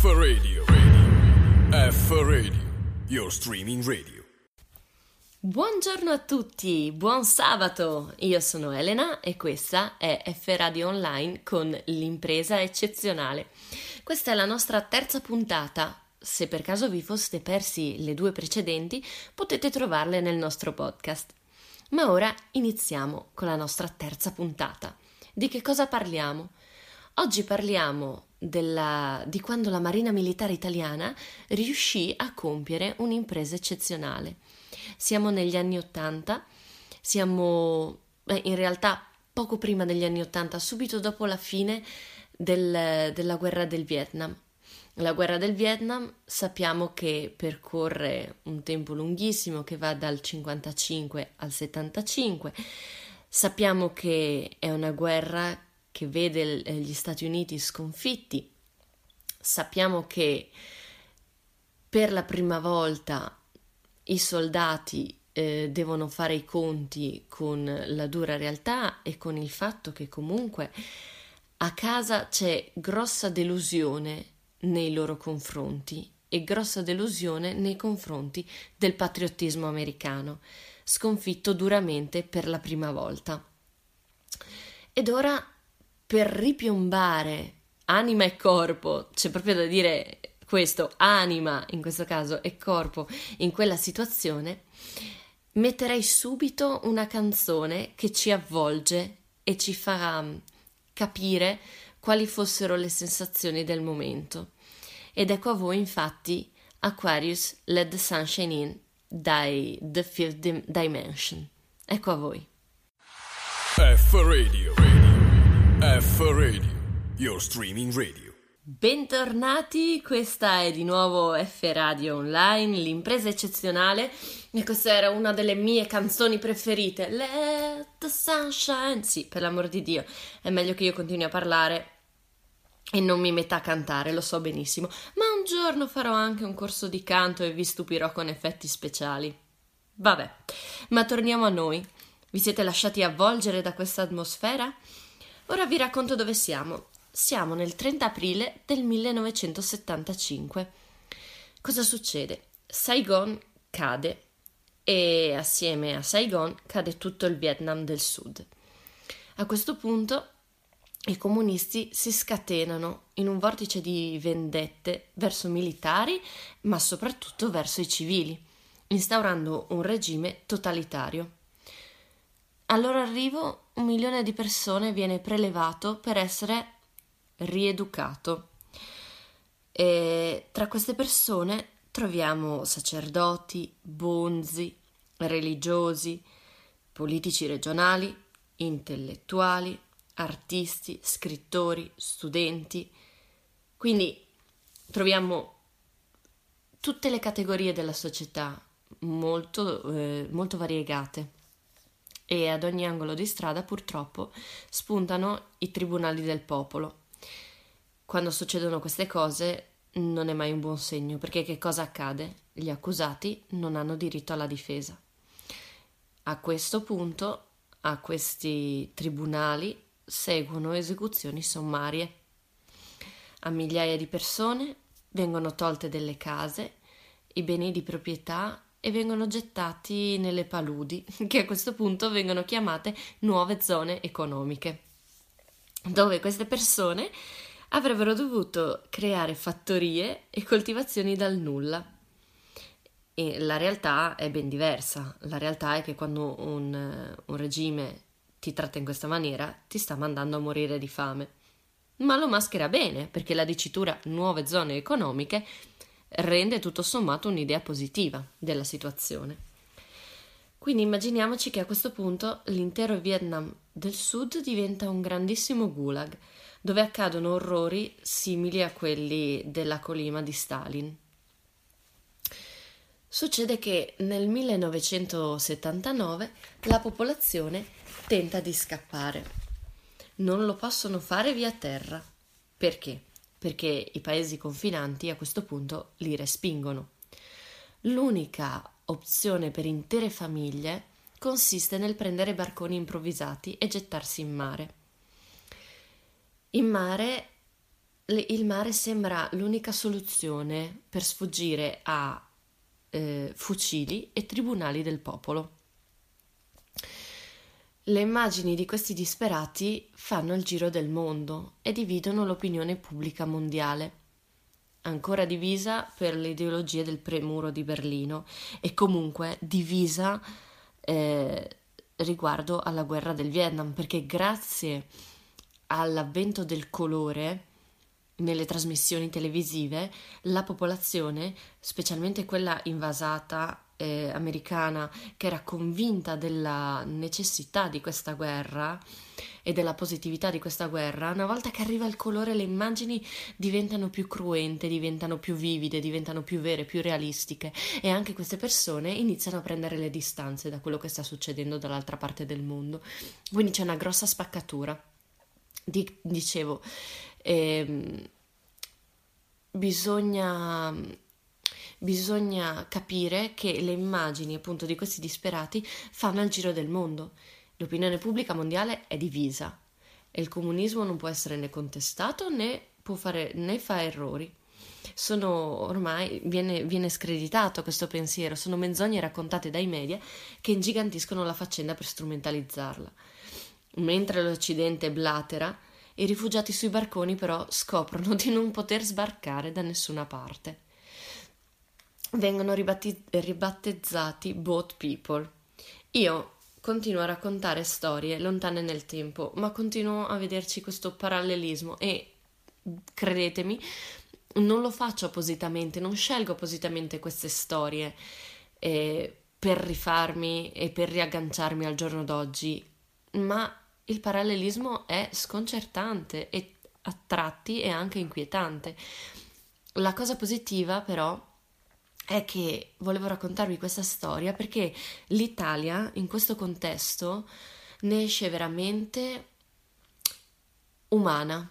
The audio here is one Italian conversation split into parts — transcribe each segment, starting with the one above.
Radio. F Radio, your streaming radio. Buongiorno a tutti, buon sabato! Io sono Elena e questa è F Radio Online con l'impresa eccezionale. Questa è la nostra terza puntata. Se per caso vi foste persi le due precedenti, potete trovarle nel nostro podcast. Ma ora iniziamo con la nostra terza puntata. Di che cosa parliamo? Oggi parliamo di quando la Marina Militare Italiana riuscì a compiere un'impresa eccezionale. Siamo negli anni '80, siamo in realtà poco prima degli anni '80, subito dopo la fine della guerra del Vietnam. La guerra del Vietnam sappiamo che percorre un tempo lunghissimo che va dal 55 al 75. Sappiamo che è una guerra che vede gli Stati Uniti sconfitti. Sappiamo che per la prima volta i soldati devono fare i conti con la dura realtà e con il fatto che comunque a casa c'è grossa delusione nei loro confronti e grossa delusione nei confronti del patriottismo americano, sconfitto duramente per la prima volta. Ed ora, per ripiombare anima e corpo, c'è proprio da dire questo, anima in questo caso e corpo in quella situazione, metterei subito una canzone che ci avvolge e ci fa capire quali fossero le sensazioni del momento. Ed ecco a voi infatti Aquarius Let the Sunshine In dai The Fifth Dimension. Ecco a voi. F Radio. F Radio, your streaming radio. Bentornati, questa è di nuovo F Radio Online, l'impresa eccezionale, e questa era una delle mie canzoni preferite, Let the Sunshine. Sì, per l'amor di Dio, è meglio che io continui a parlare e non mi metta a cantare, lo so benissimo, ma un giorno farò anche un corso di canto e vi stupirò con effetti speciali. Vabbè, ma torniamo a noi. Vi siete lasciati avvolgere da questa atmosfera? Ora vi racconto dove siamo. Siamo nel 30 aprile del 1975. Cosa succede? Saigon cade e assieme a Saigon cade tutto il Vietnam del Sud. A questo punto i comunisti si scatenano in un vortice di vendette verso militari, ma soprattutto verso i civili, instaurando un regime totalitario. Al loro arrivo 1 milione di persone viene prelevato per essere rieducato. E tra queste persone troviamo sacerdoti, bonzi, religiosi, politici regionali, intellettuali, artisti, scrittori, studenti. Quindi troviamo tutte le categorie della società molto variegate. E ad ogni angolo di strada purtroppo spuntano i tribunali del popolo. Quando succedono queste cose non è mai un buon segno, perché che cosa accade? Gli accusati non hanno diritto alla difesa. A questo punto, a questi tribunali seguono esecuzioni sommarie. A migliaia di persone vengono tolte delle case, i beni di proprietà e vengono gettati nelle paludi, che a questo punto vengono chiamate nuove zone economiche, dove queste persone avrebbero dovuto creare fattorie e coltivazioni dal nulla. E la realtà è ben diversa. La realtà è che quando un regime ti tratta in questa maniera, ti sta mandando a morire di fame. Ma lo maschera bene, perché la dicitura nuove zone economiche rende tutto sommato un'idea positiva della situazione. Quindi immaginiamoci che a questo punto l'intero Vietnam del Sud diventa un grandissimo gulag, dove accadono orrori simili a quelli della Colima di Stalin. Succede che nel 1979 la popolazione tenta di scappare. Non lo possono fare via terra. Perché? Perché i paesi confinanti a questo punto li respingono. L'unica opzione per intere famiglie consiste nel prendere barconi improvvisati e gettarsi in mare. In mare il mare sembra l'unica soluzione per sfuggire a fucili e tribunali del popolo. Le immagini di questi disperati fanno il giro del mondo e dividono l'opinione pubblica mondiale, ancora divisa per le ideologie del premuro di Berlino e comunque divisa riguardo alla guerra del Vietnam, perché grazie all'avvento del colore nelle trasmissioni televisive, la popolazione, specialmente quella invasata americana, che era convinta della necessità di questa guerra e della positività di questa guerra, una volta che arriva il colore le immagini diventano più cruente, diventano più vivide, diventano più vere, più realistiche, e anche queste persone iniziano a prendere le distanze da quello che sta succedendo dall'altra parte del mondo. Quindi c'è una grossa spaccatura. Dicevo, bisogna capire che le immagini appunto di questi disperati fanno il giro del mondo. L'opinione pubblica mondiale è divisa e il comunismo non può essere né contestato né fa errori. Ormai viene screditato questo pensiero, sono menzogne raccontate dai media che ingigantiscono la faccenda per strumentalizzarla. Mentre l'Occidente blatera, i rifugiati sui barconi però scoprono di non poter sbarcare da nessuna parte. Vengono ribattezzati boat people. Io continuo a raccontare storie lontane nel tempo, ma continuo a vederci questo parallelismo e, credetemi, non lo faccio appositamente, non scelgo appositamente queste storie per rifarmi e per riagganciarmi al giorno d'oggi, ma il parallelismo è sconcertante e a tratti è anche inquietante. La cosa positiva però è che volevo raccontarvi questa storia perché l'Italia in questo contesto ne esce veramente umana,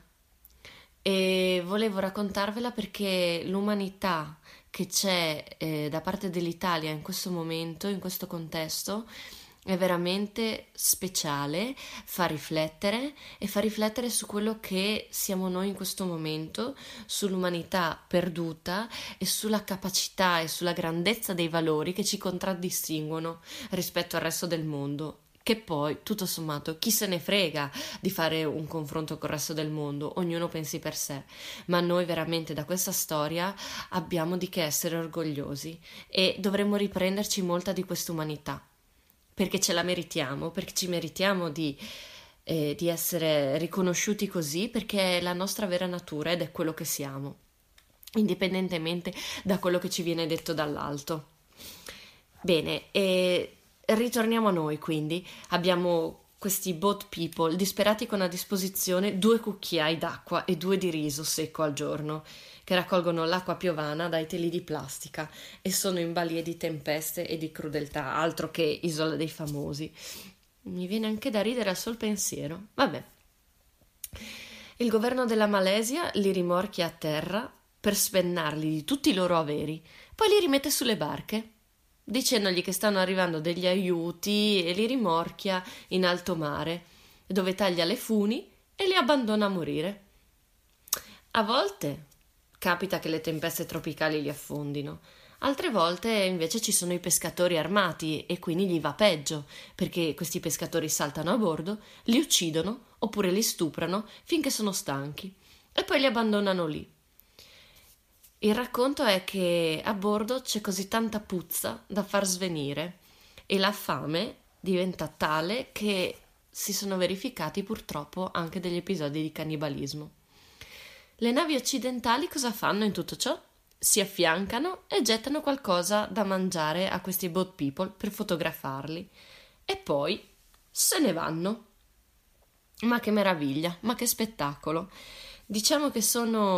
e volevo raccontarvela perché l'umanità che c'è da parte dell'Italia in questo momento, in questo contesto, è veramente speciale, fa riflettere su quello che siamo noi in questo momento, sull'umanità perduta e sulla capacità e sulla grandezza dei valori che ci contraddistinguono rispetto al resto del mondo, che poi, tutto sommato, chi se ne frega di fare un confronto col resto del mondo, ognuno pensi per sé, ma noi veramente da questa storia abbiamo di che essere orgogliosi e dovremmo riprenderci molta di quest'umanità. Perché ce la meritiamo, perché ci meritiamo di essere riconosciuti così, perché è la nostra vera natura ed è quello che siamo, indipendentemente da quello che ci viene detto dall'alto. Bene, ritorniamo a noi quindi. Abbiamo questi boat people disperati con a disposizione 2 cucchiai d'acqua e 2 di riso secco al giorno, che raccolgono l'acqua piovana dai teli di plastica e sono in balie di tempeste e di crudeltà, altro che Isola dei Famosi. Mi viene anche da ridere al sol pensiero. Vabbè. Il governo della Malesia li rimorchia a terra per spennarli di tutti i loro averi, poi li rimette sulle barche, dicendogli che stanno arrivando degli aiuti, e li rimorchia in alto mare, dove taglia le funi e li abbandona a morire. A volte capita che le tempeste tropicali li affondino, altre volte invece ci sono i pescatori armati e quindi gli va peggio, perché questi pescatori saltano a bordo, li uccidono oppure li stuprano finché sono stanchi e poi li abbandonano lì. Il racconto è che a bordo c'è così tanta puzza da far svenire e la fame diventa tale che si sono verificati purtroppo anche degli episodi di cannibalismo. Le navi occidentali cosa fanno in tutto ciò? Si affiancano e gettano qualcosa da mangiare a questi boat people per fotografarli e poi se ne vanno. Ma che meraviglia, ma che spettacolo! Diciamo che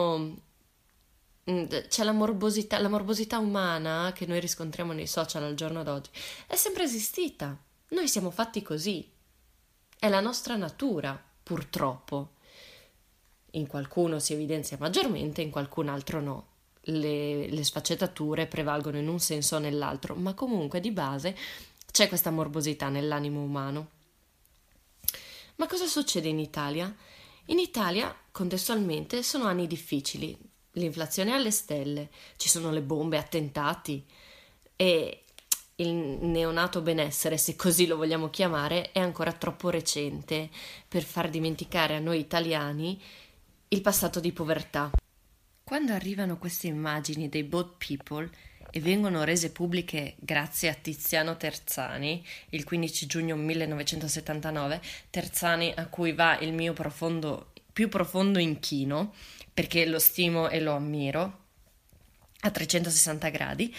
c'è la morbosità umana che noi riscontriamo nei social al giorno d'oggi è sempre esistita. Noi siamo fatti così, è la nostra natura, purtroppo. In qualcuno si evidenzia maggiormente, in qualcun altro no. Le sfaccettature prevalgono in un senso o nell'altro, ma comunque di base c'è questa morbosità nell'animo umano. Ma cosa succede in Italia? In Italia, contestualmente, sono anni difficili, l'inflazione è alle stelle, ci sono le bombe, attentati e il neonato benessere, se così lo vogliamo chiamare, è ancora troppo recente per far dimenticare a noi italiani il passato di povertà. Quando arrivano queste immagini dei boat people e vengono rese pubbliche grazie a Tiziano Terzani, il 15 giugno 1979, Terzani a cui va il mio più profondo inchino, perché lo stimo e lo ammiro a 360 gradi,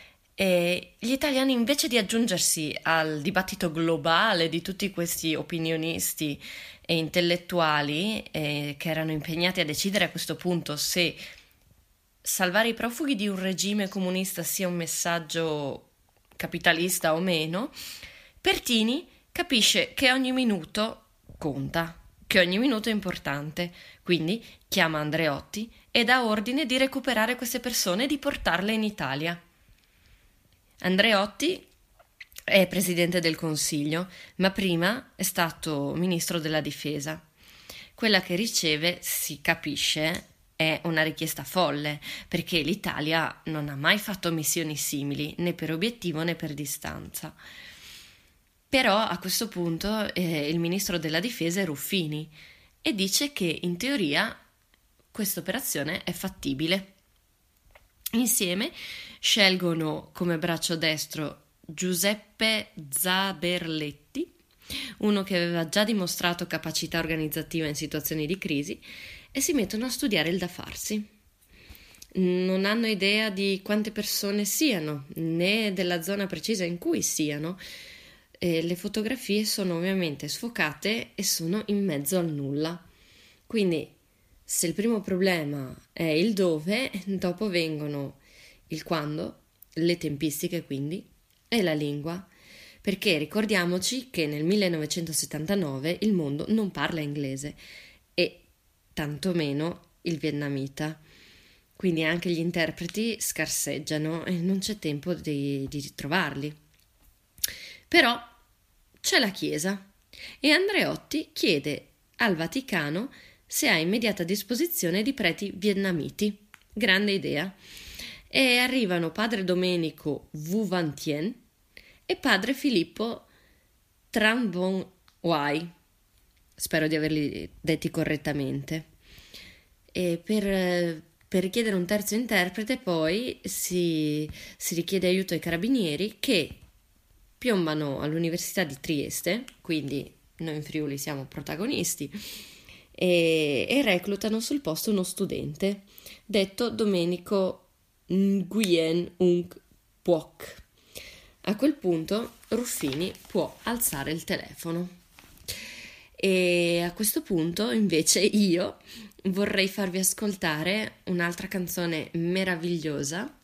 e gli italiani, invece di aggiungersi al dibattito globale di tutti questi opinionisti e intellettuali che erano impegnati a decidere a questo punto se salvare i profughi di un regime comunista sia un messaggio capitalista o meno, Pertini capisce che ogni minuto conta, che ogni minuto è importante, quindi chiama Andreotti e dà ordine di recuperare queste persone e di portarle in Italia. Andreotti è presidente del Consiglio, ma prima è stato ministro della Difesa. Quella che riceve, si capisce, è una richiesta folle, perché l'Italia non ha mai fatto missioni simili, né per obiettivo né per distanza. Però a questo punto il ministro della Difesa è Ruffini e dice che in teoria questa operazione è fattibile. Insieme scelgono come braccio destro Giuseppe Zaberletti, uno che aveva già dimostrato capacità organizzativa in situazioni di crisi, e si mettono a studiare il da farsi. Non hanno idea di quante persone siano, né della zona precisa in cui siano. Le fotografie sono ovviamente sfocate e sono in mezzo al nulla. Quindi, se il primo problema è il dove, dopo vengono il quando, le tempistiche quindi, e la lingua. Perché ricordiamoci che nel 1979 il mondo non parla inglese e tantomeno il vietnamita. Quindi anche gli interpreti scarseggiano e non c'è tempo di trovarli. Però c'è la Chiesa e Andreotti chiede al Vaticano se ha immediata disposizione di preti vietnamiti. Grande idea. E arrivano padre Domenico Vu Van Tien e padre Filippo Tran Bon Hoai. Spero di averli detti correttamente. E per richiedere un terzo interprete poi si richiede aiuto ai carabinieri, che piombano all'Università di Trieste, quindi noi in Friuli siamo protagonisti, e reclutano sul posto uno studente detto Domenico Nguyen Ung Puoc. A quel punto Ruffini può alzare il telefono. E a questo punto invece io vorrei farvi ascoltare un'altra canzone meravigliosa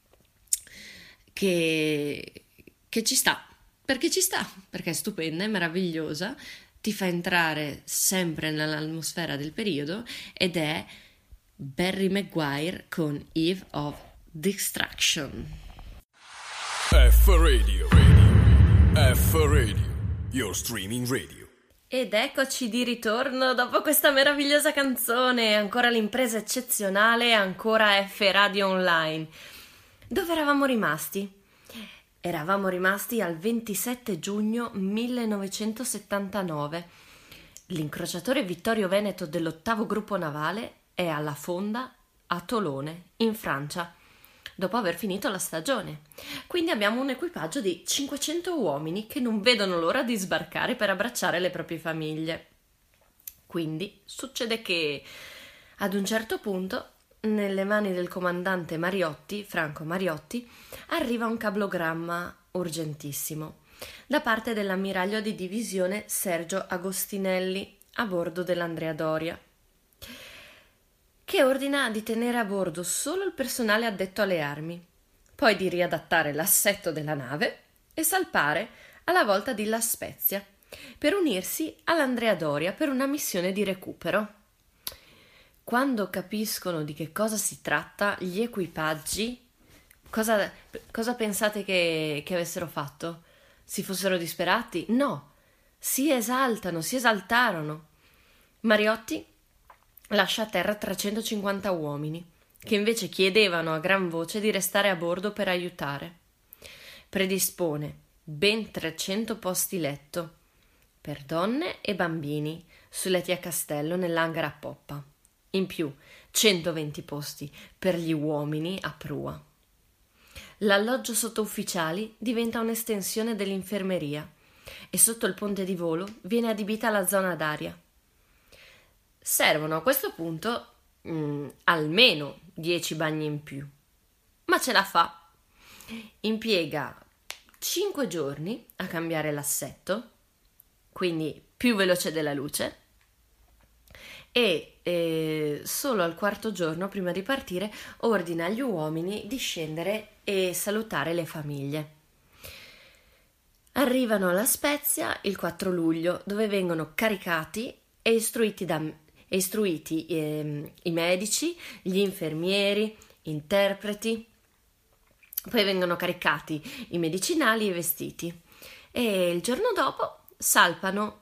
che ci sta, perché è stupenda, è meravigliosa, ti fa entrare sempre nell'atmosfera del periodo, ed è Barry Maguire con Eve of Distraction. F-Radio, F-Radio, your streaming radio. Ed eccoci di ritorno dopo questa meravigliosa canzone, ancora l'impresa eccezionale, ancora F Radio Online. Dove eravamo rimasti? Eravamo rimasti al 27 giugno 1979. L'incrociatore Vittorio Veneto dell'8° gruppo navale è alla fonda a Tolone, in Francia, dopo aver finito la stagione. Quindi abbiamo un equipaggio di 500 uomini che non vedono l'ora di sbarcare per abbracciare le proprie famiglie. Quindi succede che ad un certo punto, nelle mani del comandante Mariotti, Franco Mariotti, arriva un cablogramma urgentissimo da parte dell'ammiraglio di divisione Sergio Agostinelli a bordo dell'Andrea Doria, che ordina di tenere a bordo solo il personale addetto alle armi, poi di riadattare l'assetto della nave e salpare alla volta di La Spezia per unirsi all'Andrea Doria per una missione di recupero. Quando capiscono di che cosa si tratta, gli equipaggi, cosa pensate che avessero fatto? Si fossero disperati? No, si esaltarono. Mariotti lascia a terra 350 uomini, che invece chiedevano a gran voce di restare a bordo per aiutare. Predispone ben 300 posti letto per donne e bambini sui letti a castello nell'hangar a poppa. In più 120 posti per gli uomini a prua. L'alloggio sottufficiali diventa un'estensione dell'infermeria e sotto il ponte di volo viene adibita la zona d'aria. Servono a questo punto almeno 10 bagni in più, ma ce la fa. Impiega 5 giorni a cambiare l'assetto, quindi più veloce della luce, e solo al quarto giorno prima di partire ordina agli uomini di scendere e salutare le famiglie. Arrivano alla Spezia il 4 luglio, dove vengono caricati e istruiti i medici, gli infermieri, interpreti. Poi vengono caricati i medicinali e i vestiti, e il giorno dopo salpano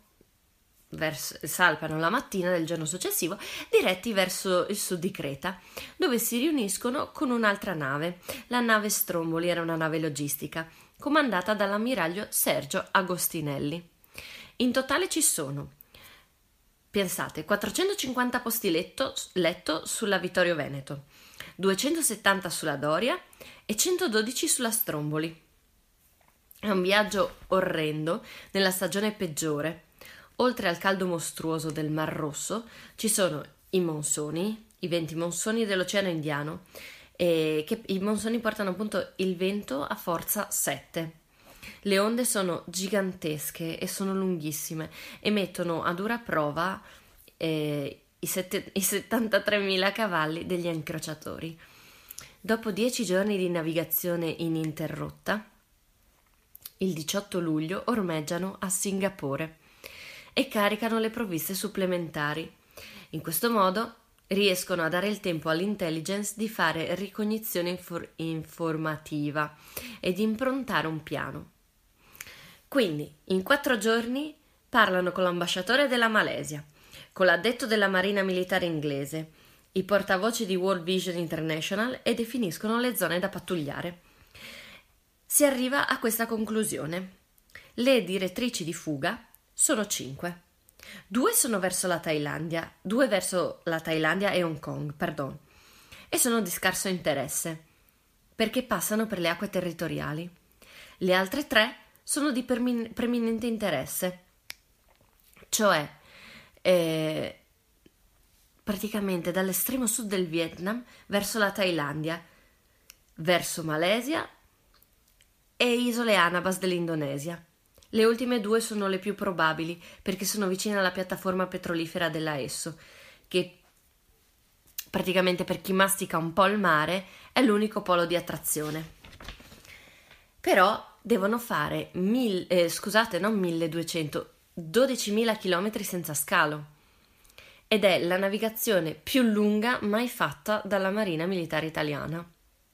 la mattina del giorno successivo, diretti verso il sud di Creta, dove si riuniscono con un'altra nave. La nave Stromboli era una nave logistica comandata dall'ammiraglio Sergio Agostinelli. In totale ci sono, pensate, 450 posti letto sulla Vittorio Veneto, 270 sulla Doria e 112 sulla Stromboli. È un viaggio orrendo nella stagione peggiore. Oltre al caldo mostruoso del Mar Rosso ci sono i monsoni, i venti monsoni dell'Oceano Indiano, e che i monsoni portano appunto il vento a forza 7. Le onde sono gigantesche e sono lunghissime e mettono a dura prova i 73.000 cavalli degli incrociatori. Dopo 10 giorni di navigazione ininterrotta, il 18 luglio ormeggiano a Singapore e caricano le provviste supplementari. In questo modo riescono a dare il tempo all'intelligence di fare ricognizione informativa e di improntare un piano. Quindi, in 4 giorni parlano con l'ambasciatore della Malesia, con l'addetto della Marina Militare inglese, i portavoce di World Vision International e definiscono le zone da pattugliare. Si arriva a questa conclusione. Le direttrici di fuga sono 5. 2 sono verso la Thailandia, 2 verso la Thailandia e Hong Kong, e sono di scarso interesse, perché passano per le acque territoriali. Le altre 3 sono di preminente interesse, cioè praticamente dall'estremo sud del Vietnam verso la Thailandia, verso Malesia e isole Anabas dell'Indonesia. Le ultime 2 sono le più probabili perché sono vicine alla piattaforma petrolifera della Esso, che praticamente per chi mastica un po' il mare è l'unico polo di attrazione. Però devono fare 12.000 chilometri senza scalo, ed è la navigazione più lunga mai fatta dalla Marina Militare Italiana.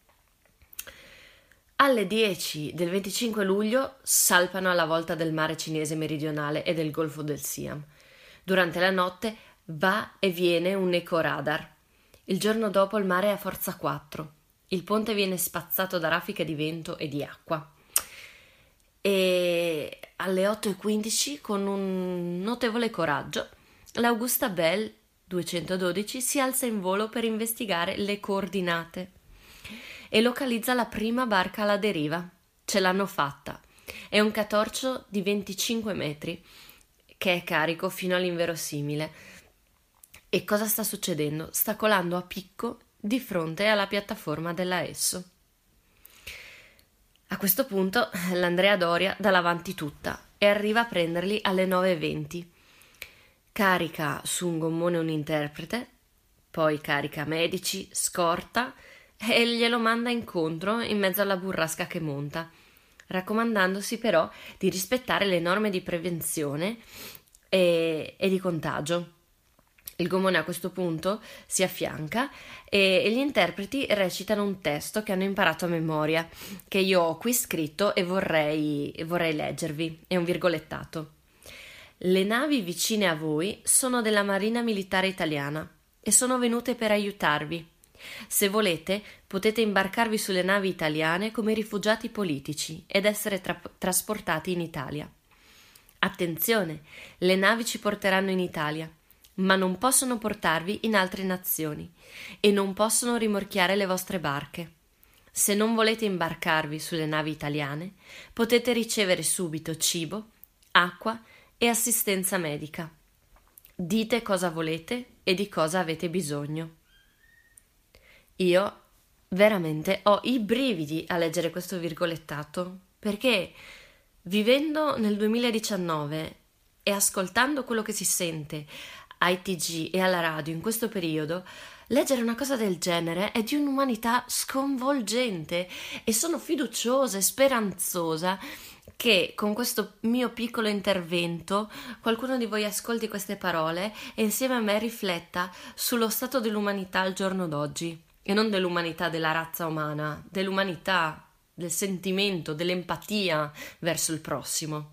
Alle 10 del 25 luglio salpano alla volta del mare cinese meridionale e del Golfo del Siam. Durante la notte va e viene un ecoradar. Il giorno dopo il mare è a forza 4. Il ponte viene spazzato da raffiche di vento e di acqua. E alle 8:15, con un notevole coraggio, l'Augusta Bell 212 si alza in volo per investigare le coordinate e localizza la prima barca alla deriva. Ce l'hanno fatta. È un catorcio di 25 metri che è carico fino all'inverosimile. E cosa sta succedendo? Sta colando a picco di fronte alla piattaforma della Esso. A questo punto l'Andrea Doria dà l'avanti tutta e arriva a prenderli alle 9:20. Carica su un gommone un interprete, poi carica medici, scorta e glielo manda incontro in mezzo alla burrasca che monta, raccomandandosi però di rispettare le norme di prevenzione e di contagio. Il gommone a questo punto si affianca e gli interpreti recitano un testo che hanno imparato a memoria, che io ho qui scritto e vorrei leggervi. È un virgolettato. Le navi vicine a voi sono della Marina Militare Italiana e sono venute per aiutarvi. Se volete, potete imbarcarvi sulle navi italiane come rifugiati politici ed essere trasportati in Italia. Attenzione, le navi ci porteranno in Italia, ma non possono portarvi in altre nazioni e non possono rimorchiare le vostre barche. Se non volete imbarcarvi sulle navi italiane, potete ricevere subito cibo, acqua e assistenza medica. Dite cosa volete e di cosa avete bisogno. Io veramente ho i brividi a leggere questo virgolettato, perché vivendo nel 2019 e ascoltando quello che si sente ai TG e alla radio in questo periodo, leggere una cosa del genere è di un'umanità sconvolgente e sono fiduciosa e speranzosa che con questo mio piccolo intervento qualcuno di voi ascolti queste parole e insieme a me rifletta sullo stato dell'umanità al giorno d'oggi. E non dell'umanità della razza umana, dell'umanità, del sentimento, dell'empatia verso il prossimo.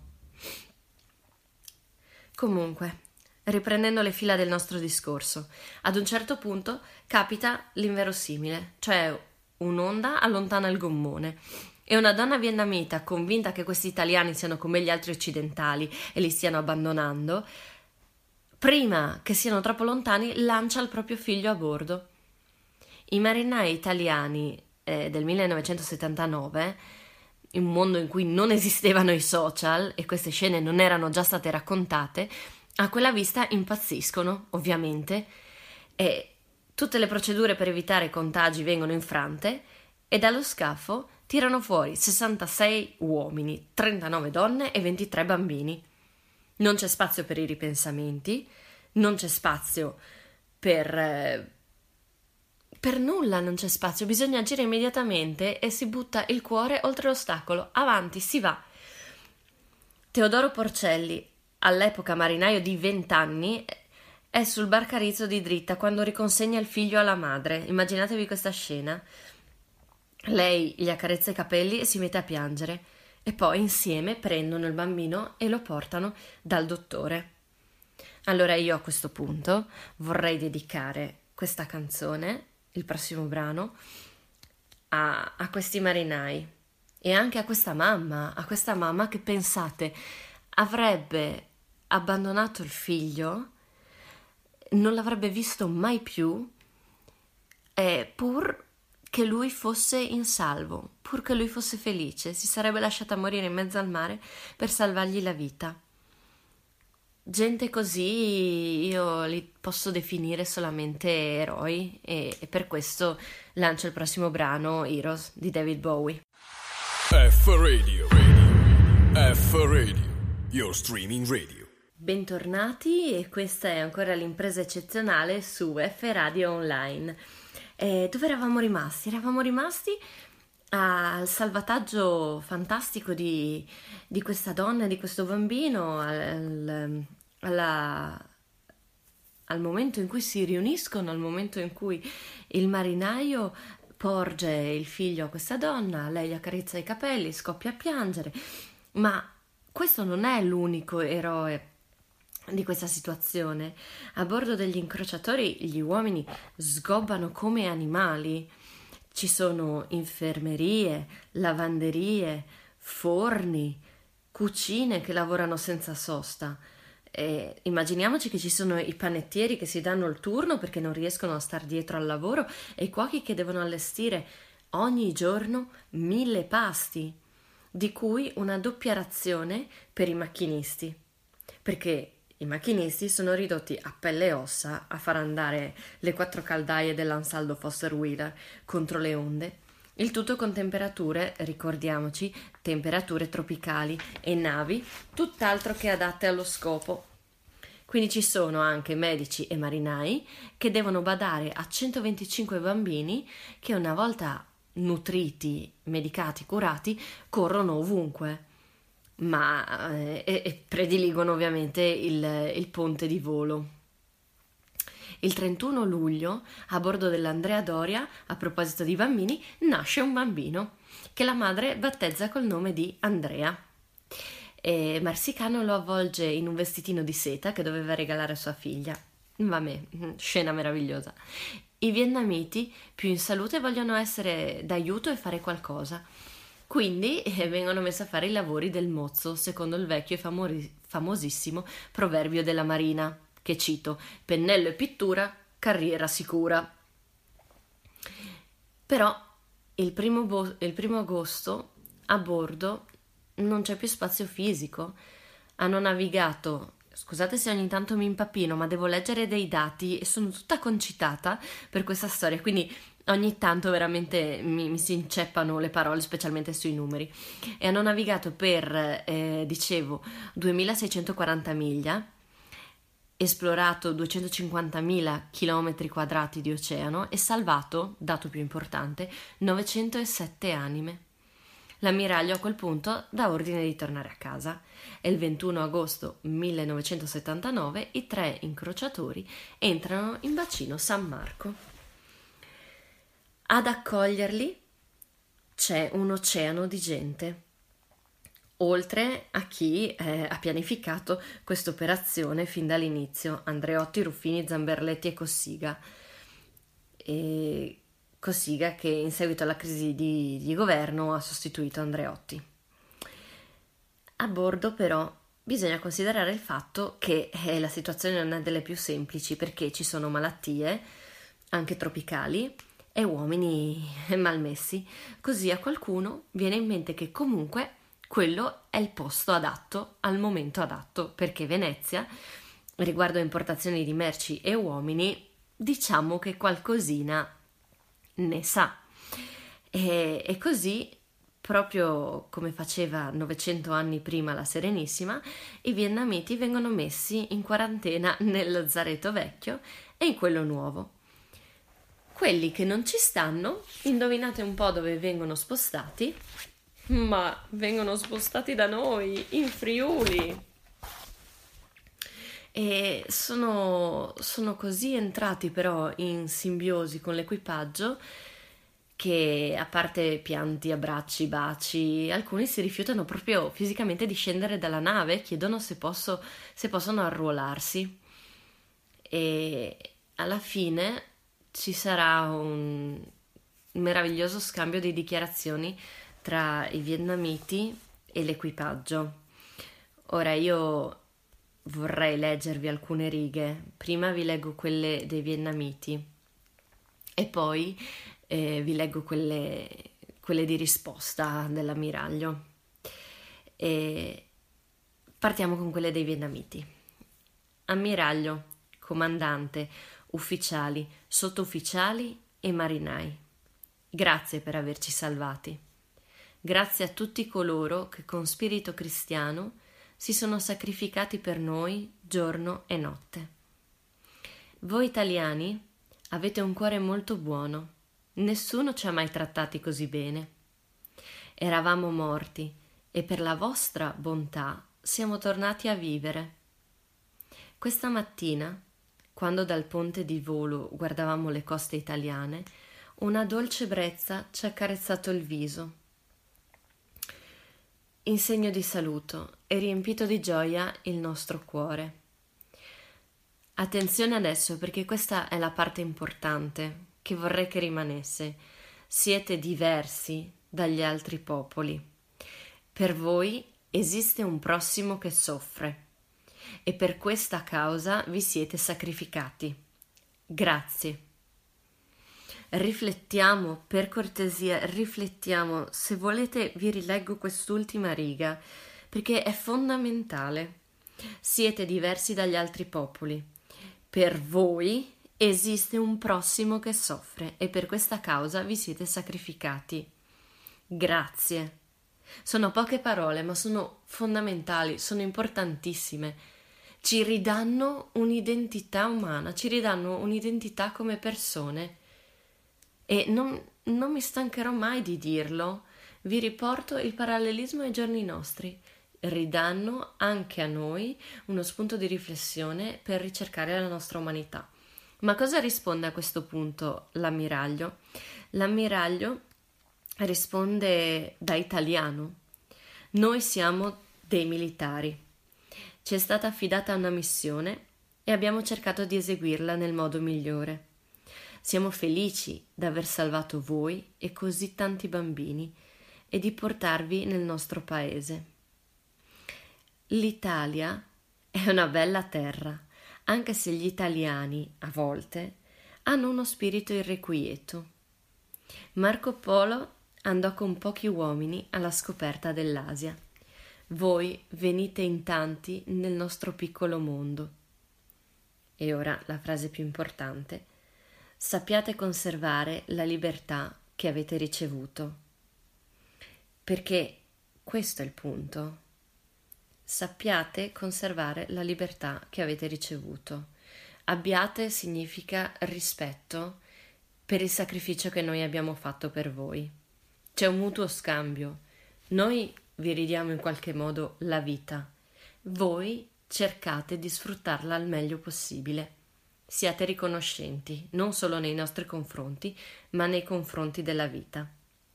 Comunque, riprendendo le fila del nostro discorso, ad un certo punto capita l'inverosimile, cioè un'onda allontana il gommone e una donna vietnamita, convinta che questi italiani siano come gli altri occidentali e li stiano abbandonando, prima che siano troppo lontani lancia il proprio figlio a bordo. I marinai italiani del 1979, in un mondo in cui non esistevano i social e queste scene non erano già state raccontate, a quella vista impazziscono, ovviamente, e tutte le procedure per evitare i contagi vengono infrante e dallo scafo tirano fuori 66 uomini, 39 donne e 23 bambini. Non c'è spazio per i ripensamenti, non c'è spazio per nulla, non c'è spazio, bisogna agire immediatamente e si butta il cuore oltre l'ostacolo, avanti, si va. Teodoro Porcelli, all'epoca marinaio di 20 anni, è sul barcarizzo di dritta quando riconsegna il figlio alla madre. Immaginatevi questa scena. Lei gli accarezza i capelli e si mette a piangere e poi insieme prendono il bambino e lo portano dal dottore. Allora io a questo punto vorrei dedicare questa canzone, il prossimo brano, a questi marinai e anche a questa mamma che, pensate, avrebbe abbandonato il figlio, non l'avrebbe visto mai più, pur che lui fosse in salvo, pur che lui fosse felice, si sarebbe lasciata morire in mezzo al mare per salvargli la vita. Gente così io li posso definire solamente eroi e per questo lancio il prossimo brano, Heroes, di David Bowie. F-Radio, F-Radio, your streaming radio. Bentornati, e questa è ancora l'impresa eccezionale su F-Radio Online. Dove eravamo rimasti? Eravamo rimasti al salvataggio fantastico di questa donna e di questo bambino, al momento in cui si riuniscono, al momento in cui il marinaio porge il figlio a questa donna, lei gli accarezza i capelli, scoppia a piangere, ma questo non è l'unico eroe di questa situazione. A bordo degli incrociatori gli uomini sgobbano come animali. Ci sono infermerie, lavanderie, forni, cucine che lavorano senza sosta. E immaginiamoci che ci sono i panettieri che si danno il turno perché non riescono a star dietro al lavoro e i cuochi che devono allestire ogni giorno 1000 pasti, di cui una doppia razione per i macchinisti, perché i macchinisti sono ridotti a pelle e ossa a far andare le 4 caldaie dell'Ansaldo Foster Wheeler contro le onde, il tutto con temperature, ricordiamoci, temperature tropicali e navi tutt'altro che adatte allo scopo. Quindi ci sono anche medici e marinai che devono badare a 125 bambini che, una volta nutriti, medicati, curati, corrono ovunque, ma prediligono ovviamente il ponte di volo. Il 31 luglio, a bordo dell'Andrea Doria, a proposito di bambini, nasce un bambino che la madre battezza col nome di Andrea. E Marsicano lo avvolge in un vestitino di seta che doveva regalare a sua figlia. Vabbè, scena meravigliosa. I vietnamiti, più in salute, vogliono essere d'aiuto e fare qualcosa. Quindi vengono messi a fare i lavori del mozzo, secondo il vecchio e famosissimo proverbio della marina, che cito: pennello e pittura, carriera sicura. Però il primo agosto a bordo non c'è più spazio fisico. Hanno navigato, scusate se ogni tanto mi impappino, ma devo leggere dei dati e sono tutta concitata per questa storia, quindi ogni tanto veramente mi si inceppano le parole, specialmente sui numeri. E hanno navigato per, dicevo, 2640 miglia, esplorato 250.000 chilometri quadrati di oceano e salvato, dato più importante, 907 anime. L'ammiraglio a quel punto dà ordine di tornare a casa e il 21 agosto 1979 i 3 incrociatori entrano in bacino San Marco. Ad accoglierli c'è un oceano di gente, oltre a chi ha pianificato questa operazione fin dall'inizio: Andreotti, Ruffini, Zamberletti e Cossiga. Cossiga che in seguito alla crisi di governo ha sostituito Andreotti. A bordo però bisogna considerare il fatto che la situazione non è delle più semplici, perché ci sono malattie, anche tropicali, e uomini malmessi. Così a qualcuno viene in mente che comunque quello è il posto adatto al momento adatto, perché Venezia, riguardo a importazioni di merci e uomini, diciamo che qualcosina ne sa. E così, proprio come faceva 900 anni prima la Serenissima, i vietnamiti vengono messi in quarantena nel lazzaretto vecchio e in quello nuovo. Quelli che non ci stanno, indovinate un po' dove vengono spostati? Ma vengono spostati da noi, in Friuli. E sono così entrati però in simbiosi con l'equipaggio che, a parte pianti, abbracci, baci, alcuni si rifiutano proprio fisicamente di scendere dalla nave, chiedono se possono arruolarsi. E alla fine ci sarà un meraviglioso scambio di dichiarazioni tra i vietnamiti e l'equipaggio. Ora io vorrei leggervi alcune righe. Prima vi leggo quelle dei vietnamiti e poi vi leggo quelle di risposta dell'ammiraglio. E partiamo con quelle dei vietnamiti. Ammiraglio, comandante, ufficiali, sottufficiali e marinai, grazie per averci salvati. Grazie a tutti coloro che con spirito cristiano si sono sacrificati per noi giorno e notte. Voi italiani avete un cuore molto buono, nessuno ci ha mai trattati così bene. Eravamo morti e per la vostra bontà siamo tornati a vivere. Questa mattina, quando dal ponte di volo guardavamo le coste italiane, una dolce brezza ci ha carezzato il viso. In segno di saluto e riempito di gioia il nostro cuore. Attenzione adesso, perché questa è la parte importante che vorrei che rimanesse. Siete diversi dagli altri popoli. Per voi esiste un prossimo che soffre e per questa causa vi siete sacrificati. Grazie. Riflettiamo, per cortesia, riflettiamo. Se volete vi rileggo quest'ultima riga, perché è fondamentale. Siete diversi dagli altri popoli. Per voi esiste un prossimo che soffre e per questa causa vi siete sacrificati. Grazie. Sono poche parole, ma sono fondamentali, sono importantissime. Ci ridanno un'identità umana, ci ridanno un'identità come persone. E non mi stancherò mai di dirlo. Vi riporto il parallelismo ai giorni nostri. Ridanno anche a noi uno spunto di riflessione per ricercare la nostra umanità. Ma cosa risponde a questo punto l'ammiraglio? L'ammiraglio risponde da italiano. Noi siamo dei militari. Ci è stata affidata una missione e abbiamo cercato di eseguirla nel modo migliore. Siamo felici d'aver salvato voi e così tanti bambini e di portarvi nel nostro paese. L'Italia è una bella terra, anche se gli italiani, a volte, hanno uno spirito irrequieto. Marco Polo andò con pochi uomini alla scoperta dell'Asia. Voi venite in tanti nel nostro piccolo mondo. E ora la frase più importante. Sappiate conservare la libertà che avete ricevuto. Perché questo è il punto. Sappiate conservare la libertà che avete ricevuto. Abbiate significa rispetto per il sacrificio che noi abbiamo fatto per voi. C'è un mutuo scambio. Noi vi ridiamo in qualche modo la vita. Voi cercate di sfruttarla al meglio possibile. Siate riconoscenti, non solo nei nostri confronti, ma nei confronti della vita.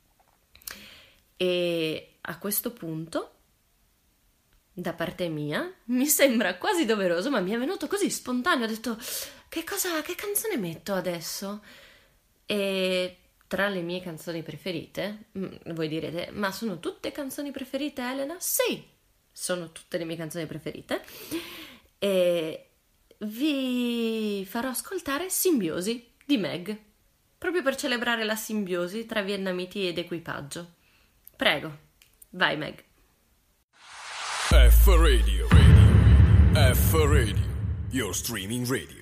E a questo punto, da parte mia, mi sembra quasi doveroso, ma mi è venuto così spontaneo, ho detto, che canzone metto adesso? E tra le mie canzoni preferite, voi direte, ma sono tutte canzoni preferite, Elena? Sì, sono tutte le mie canzoni preferite. E vi farò ascoltare Simbiosi di Meg, proprio per celebrare la simbiosi tra vietnamiti ed equipaggio. Prego, vai Meg. F Radio. F Radio, your streaming radio.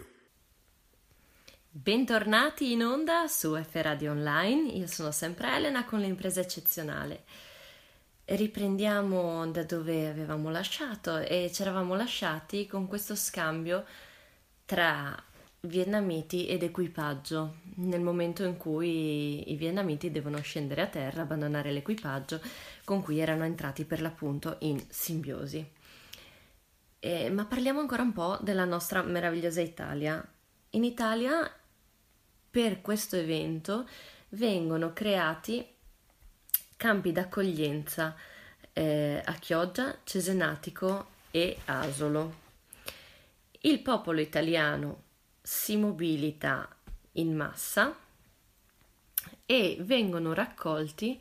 Bentornati in onda su F Radio Online, io sono sempre Elena con l'impresa eccezionale. Riprendiamo da dove avevamo lasciato e ci eravamo lasciati con questo scambio tra vietnamiti ed equipaggio, nel momento in cui i vietnamiti devono scendere a terra, abbandonare l'equipaggio con cui erano entrati per l'appunto in simbiosi. Ma parliamo ancora un po' della nostra meravigliosa Italia. In Italia, per questo evento, vengono creati campi d'accoglienza a Chioggia, Cesenatico e Asolo. Il popolo italiano si mobilita in massa e vengono raccolti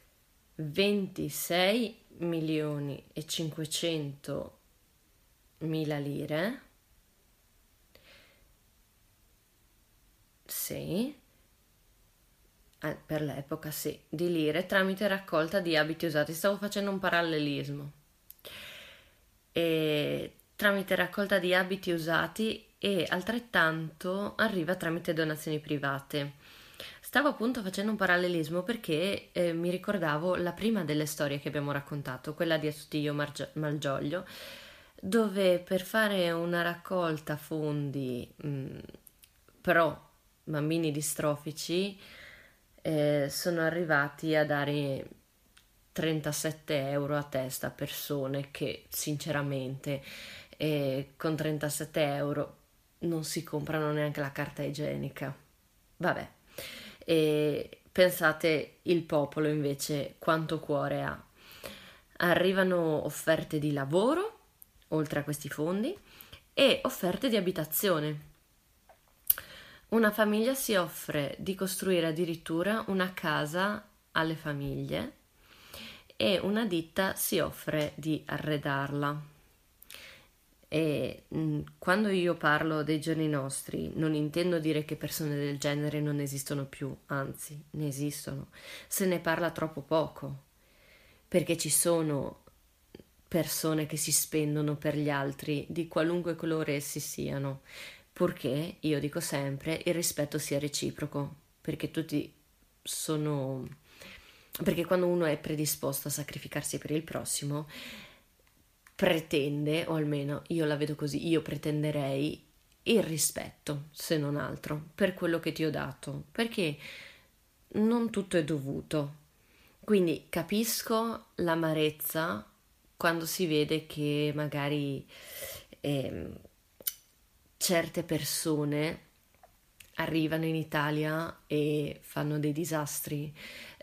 26 milioni e 500 mila lire, sì, per l'epoca sì, di lire tramite raccolta di abiti usati. Stavo facendo un parallelismo. E tramite raccolta di abiti usati e altrettanto arriva tramite donazioni private. Stavo appunto facendo un parallelismo perché mi ricordavo la prima delle storie che abbiamo raccontato, quella di Attilio Malgioglio, dove per fare una raccolta fondi pro bambini distrofici sono arrivati a dare 37 euro a testa a persone che sinceramente con 37 euro non si comprano neanche la carta igienica. Vabbè, pensate il popolo invece quanto cuore ha. Arrivano offerte di lavoro oltre a questi fondi e offerte di abitazione. Una famiglia si offre di costruire addirittura una casa alle famiglie e una ditta si offre di arredarla. E quando io parlo dei giorni nostri non intendo dire che persone del genere non esistono più, anzi, ne esistono. Se ne parla troppo poco, perché ci sono persone che si spendono per gli altri di qualunque colore essi siano, purché, io dico sempre, il rispetto sia reciproco, perché perché quando uno è predisposto a sacrificarsi per il prossimo, pretende, o almeno io la vedo così, io pretenderei il rispetto, se non altro, per quello che ti ho dato, perché non tutto è dovuto. Quindi capisco l'amarezza quando si vede che magari certe persone arrivano in Italia e fanno dei disastri,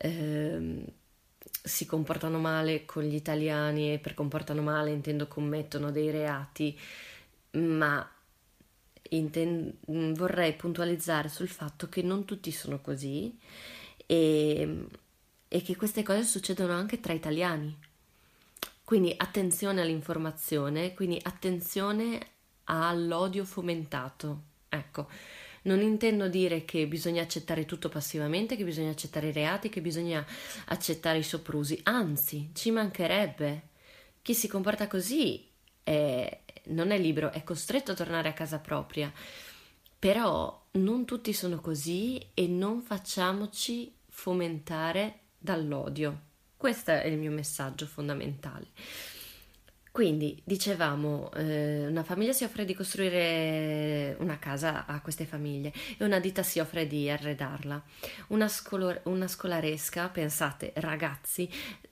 si comportano male con gli italiani e per comportano male intendo commettono dei reati, ma vorrei puntualizzare sul fatto che non tutti sono così e che queste cose succedono anche tra italiani. Quindi attenzione all'informazione, quindi attenzione all'odio fomentato. Ecco, non intendo dire che bisogna accettare tutto passivamente, che bisogna accettare i reati, che bisogna accettare i soprusi, anzi, ci mancherebbe. Chi si comporta così non è libero, è costretto a tornare a casa propria. Però non tutti sono così e non facciamoci fomentare dall'odio. Questo è il mio messaggio fondamentale. Quindi, dicevamo, una famiglia si offre di costruire una casa a queste famiglie e una ditta si offre di arredarla. Una scolaresca, pensate, ragazzi,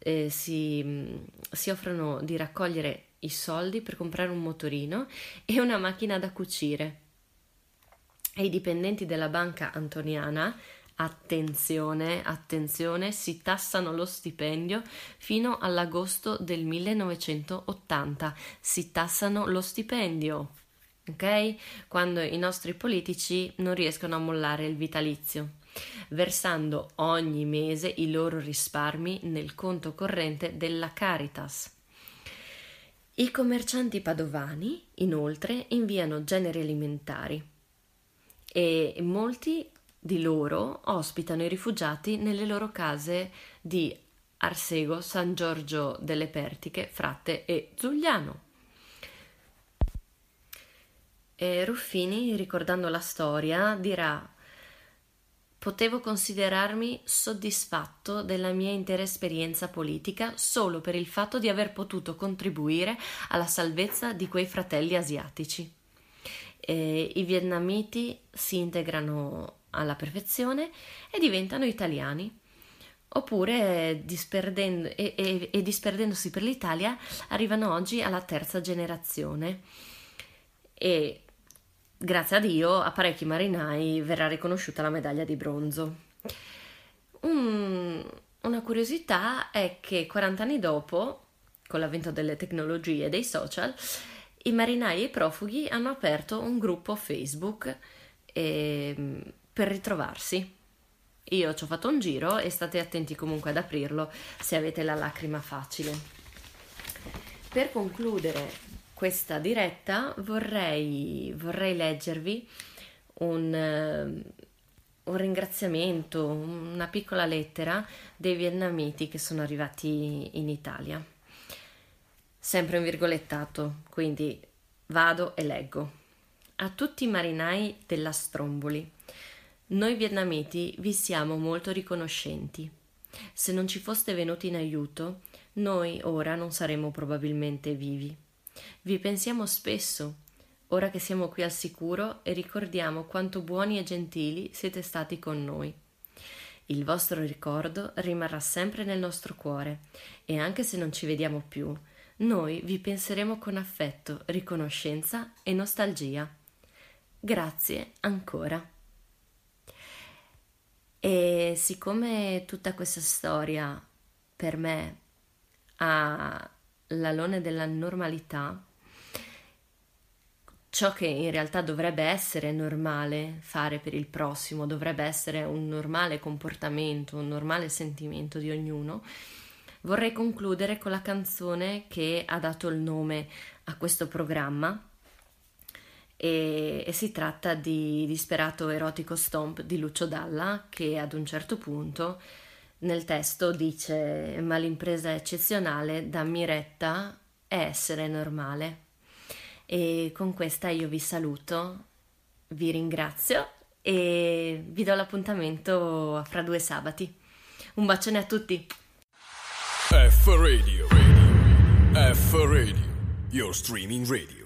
si offrono di raccogliere i soldi per comprare un motorino e una macchina da cucire. E i dipendenti della banca antoniana, attenzione, si tassano lo stipendio fino all'agosto del 1980. Si tassano lo stipendio, ok? Quando i nostri politici non riescono a mollare il vitalizio, versando ogni mese i loro risparmi nel conto corrente della Caritas. I commercianti padovani, inoltre, inviano generi alimentari e molti di loro ospitano i rifugiati nelle loro case di Arsego, San Giorgio delle Pertiche, Fratte e Zugliano. E Ruffini, ricordando la storia, dirà: potevo considerarmi soddisfatto della mia intera esperienza politica solo per il fatto di aver potuto contribuire alla salvezza di quei fratelli asiatici. I vietnamiti si integrano alla perfezione e diventano italiani, oppure disperdendosi per l'Italia arrivano oggi alla terza generazione e grazie a Dio a parecchi marinai verrà riconosciuta la medaglia di bronzo. Una curiosità è che 40 anni dopo, con l'avvento delle tecnologie e dei social, i marinai e i profughi hanno aperto un gruppo Facebook per ritrovarsi. Io ci ho fatto un giro e state attenti comunque ad aprirlo se avete la lacrima facile. Per concludere questa diretta vorrei leggervi un ringraziamento, una piccola lettera dei vietnamiti che sono arrivati in Italia. Sempre un virgolettato, quindi vado e leggo. A tutti i marinai della Stromboli, noi vietnamiti vi siamo molto riconoscenti. Se non ci foste venuti in aiuto, noi ora non saremmo probabilmente vivi. Vi pensiamo spesso, ora che siamo qui al sicuro, e ricordiamo quanto buoni e gentili siete stati con noi. Il vostro ricordo rimarrà sempre nel nostro cuore e anche se non ci vediamo più, noi vi penseremo con affetto, riconoscenza e nostalgia. Grazie ancora. E siccome tutta questa storia per me ha l'alone della normalità, ciò che in realtà dovrebbe essere normale fare per il prossimo, dovrebbe essere un normale comportamento, un normale sentimento di ognuno, vorrei concludere con la canzone che ha dato il nome a questo programma e si tratta di Disperato erotico stomp di Lucio Dalla, che ad un certo punto nel testo dice: ma l'impresa eccezionale, dammi retta, è essere normale. E con questa io vi saluto, vi ringrazio e vi do l'appuntamento fra 2 sabati. Un bacione a tutti. F Radio, your streaming radio.